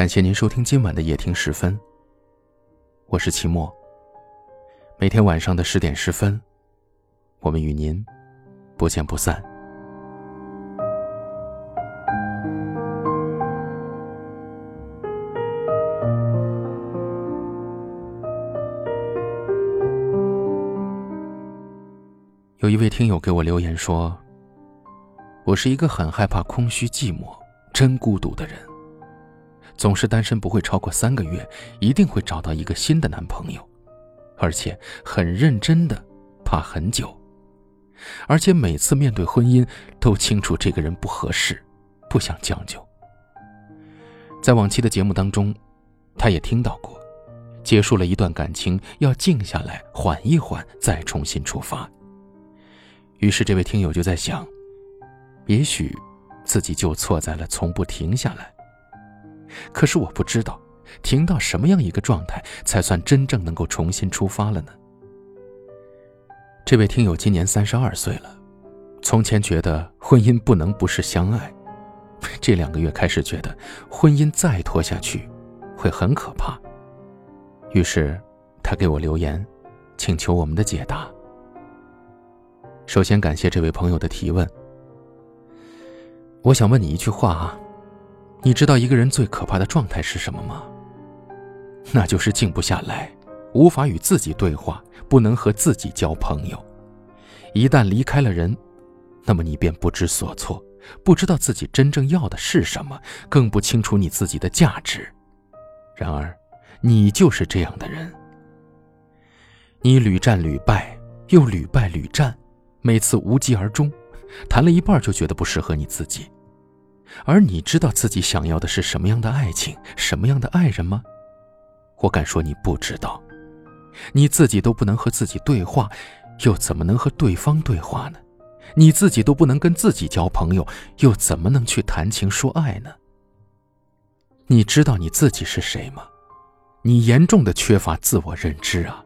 感谢您收听今晚的夜听10分，我是齐墨。每天晚上的10点10分，我们与您不见不散。有一位听友给我留言说，我是一个很害怕空虚寂寞真孤独的人，总是单身不会超过3个月，一定会找到一个新的男朋友，而且很认真的怕很久，而且每次面对婚姻都清楚这个人不合适，不想将就。在往期的节目当中，他也听到过，结束了一段感情要静下来缓一缓再重新出发。于是这位听友就在想，也许自己就错在了从不停下来。可是我不知道停到什么样一个状态才算真正能够重新出发了呢？这位听友今年32岁了，从前觉得婚姻不能不是相爱，这2个月开始觉得婚姻再拖下去会很可怕。于是他给我留言，请求我们的解答。首先感谢这位朋友的提问。我想问你一句话啊，你知道一个人最可怕的状态是什么吗？那就是静不下来，无法与自己对话，不能和自己交朋友。一旦离开了人，那么你便不知所措，不知道自己真正要的是什么，更不清楚你自己的价值。然而你就是这样的人，你屡战屡败，又屡败屡战，每次无疾而终，谈了一半就觉得不适合你自己。而你知道自己想要的是什么样的爱情，什么样的爱人吗？我敢说你不知道。你自己都不能和自己对话，又怎么能和对方对话呢？你自己都不能跟自己交朋友，又怎么能去谈情说爱呢？你知道你自己是谁吗？你严重的缺乏自我认知啊！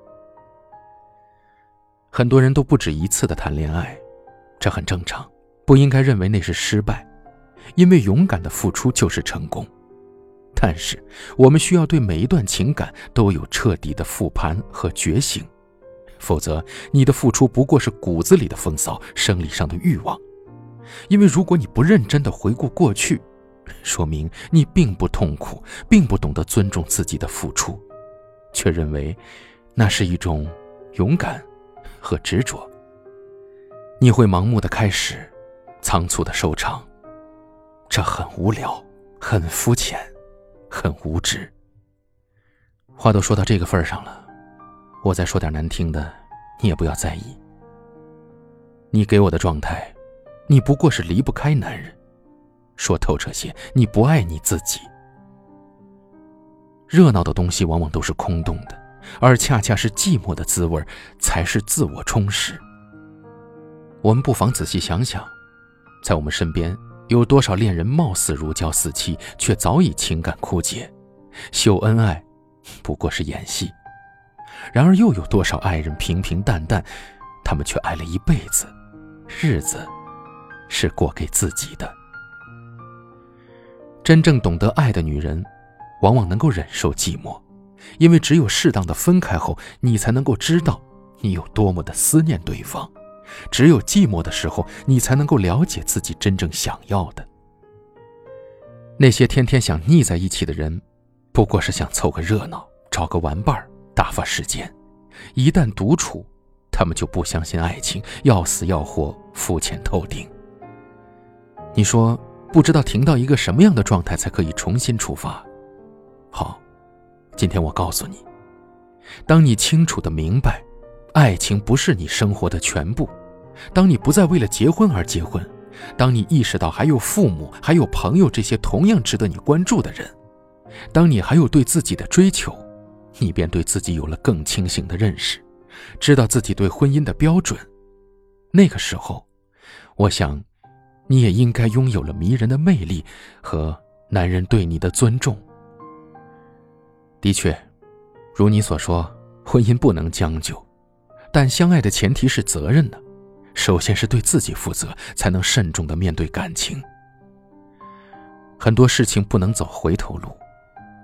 很多人都不止一次的谈恋爱，这很正常，不应该认为那是失败，因为勇敢的付出就是成功。但是我们需要对每一段情感都有彻底的复盘和觉醒，否则你的付出不过是骨子里的风骚，生理上的欲望。因为如果你不认真的回顾过去，说明你并不痛苦，并不懂得尊重自己的付出，却认为那是一种勇敢和执着。你会盲目的开始，仓促的收场，这很无聊，很肤浅，很无知。话都说到这个份上了，我再说点难听的，你也不要在意。你给我的状态，你不过是离不开男人，说透彻些，你不爱你自己。热闹的东西往往都是空洞的，而恰恰是寂寞的滋味才是自我充实。我们不妨仔细想想，在我们身边有多少恋人貌似如胶似漆，却早已情感枯竭，秀恩爱不过是演戏。然而又有多少爱人平平淡淡，他们却爱了一辈子，日子是过给自己的。真正懂得爱的女人往往能够忍受寂寞，因为只有适当的分开后，你才能够知道你有多么的思念对方。只有寂寞的时候，你才能够了解自己真正想要的。那些天天想腻在一起的人，不过是想凑个热闹，找个玩伴打发时间。一旦独处，他们就不相信爱情，要死要活，肤浅透顶。你说不知道停到一个什么样的状态才可以重新出发？好，今天我告诉你，当你清楚地明白爱情不是你生活的全部，当你不再为了结婚而结婚，当你意识到还有父母，还有朋友这些同样值得你关注的人，当你还有对自己的追求，你便对自己有了更清醒的认识，知道自己对婚姻的标准。那个时候，我想你也应该拥有了迷人的魅力和男人对你的尊重。的确，如你所说，婚姻不能将就，但相爱的前提是责任呢。首先是对自己负责，才能慎重地面对感情。很多事情不能走回头路，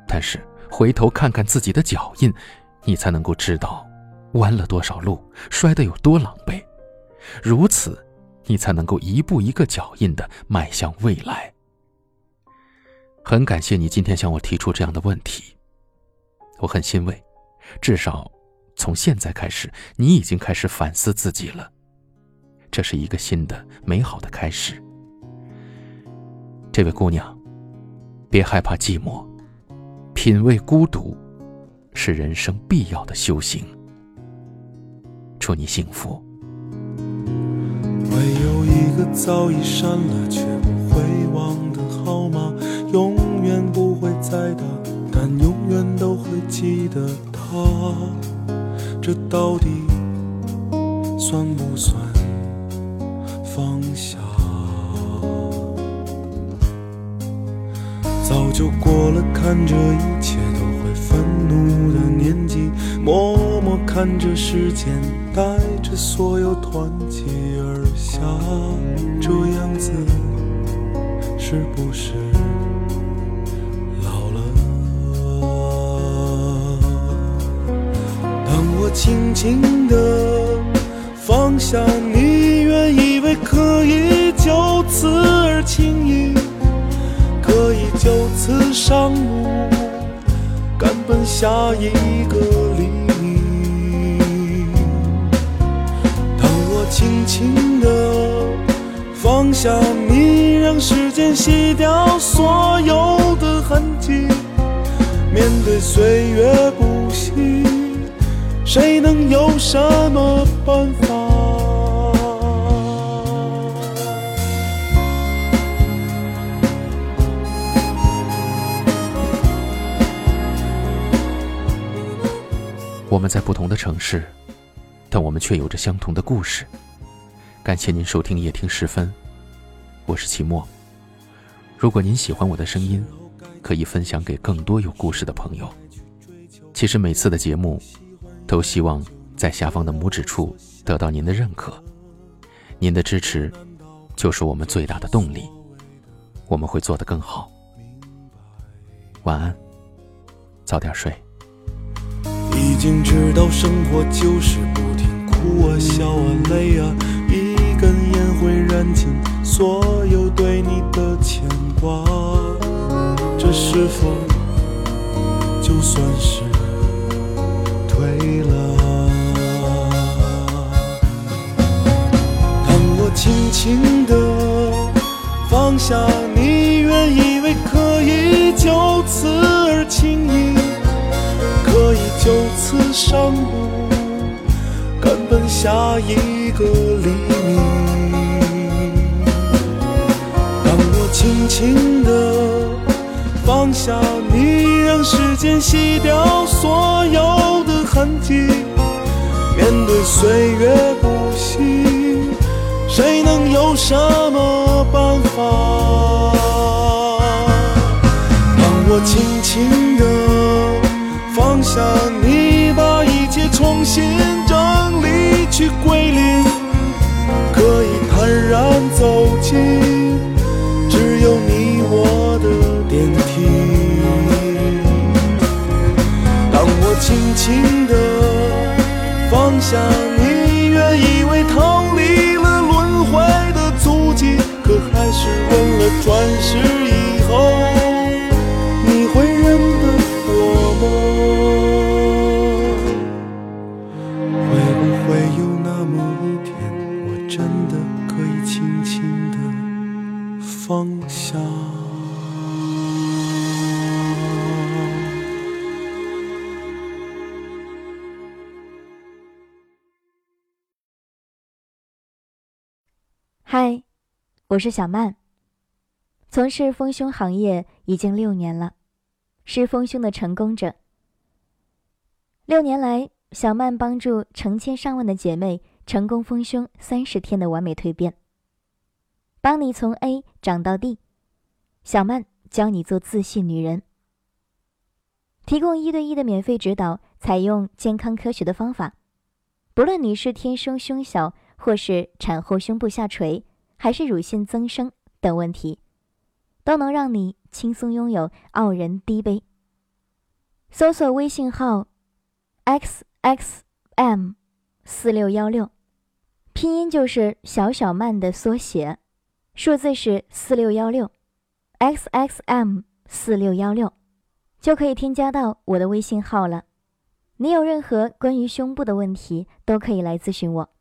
但是回头看看自己的脚印，你才能够知道弯了多少路，摔得有多狼狈。如此，你才能够一步一个脚印地迈向未来。很感谢你今天向我提出这样的问题，我很欣慰，至少从现在开始，你已经开始反思自己了。这是一个新的美好的开始。这位姑娘，别害怕寂寞，品味孤独是人生必要的修行。祝你幸福。 会有一个早已删了却不会忘的号码，永远不会再打，但永远都会记得他。这到底算不算放下？早就过了看着一切都会愤怒的年纪，默默看着时间带着所有团结而下，这样子是不是老了？当我轻轻地放下你，原以为可以就此而轻易，可以就此上路，赶奔下一个黎明。当我轻轻地放下你，让时间洗掉所有的痕迹，面对岁月不息，谁能有什么办法？ 我们在不同的城市，但我们却有着相同的故事。感谢您收听夜听时分，我是齐墨。如果您喜欢我的声音，可以分享给更多有故事的朋友。其实每次的节目都希望在下方的拇指处得到您的认可，您的支持就是我们最大的动力，我们会做得更好。晚安，早点睡。 已经知道生活就是不停哭啊笑啊累啊，一根烟会燃尽所有对你的牵挂，这是否就算是退了？当我轻轻地放下你，原以为可以就此而轻易，可以就此上路，赶奔下一个黎明。当我轻轻地放下你，让时间洗掉所有的痕迹，面对岁月不息，谁能有什么办法？当我轻轻地放下你，把一切重新整理去归零，可以坦然走进只有你我的电梯。当我轻轻地放下你，原以为逃离了轮回的足迹，可还是问了转世以后你会认得我吗？会不会有那么一天，我真的可以轻轻地放下？ 嗨，我是小曼，从事丰胸行业已经6年了，是丰胸的成功者。6年来，小曼帮助成千上万的姐妹成功丰胸30天的完美蜕变，帮你从 A 长到 D。小曼教你做自信女人，提供1对1的免费指导，采用健康科学的方法，不论你是天生胸小，或是产后胸部下垂，还是乳腺增生等问题，都能让你轻松拥有傲人低杯。 搜索微信号 xxm4616，拼音就是小小曼的缩写，数字是4616 xxm4616，就可以添加到我的微信号了。你有任何关于胸部的问题，都可以来咨询我。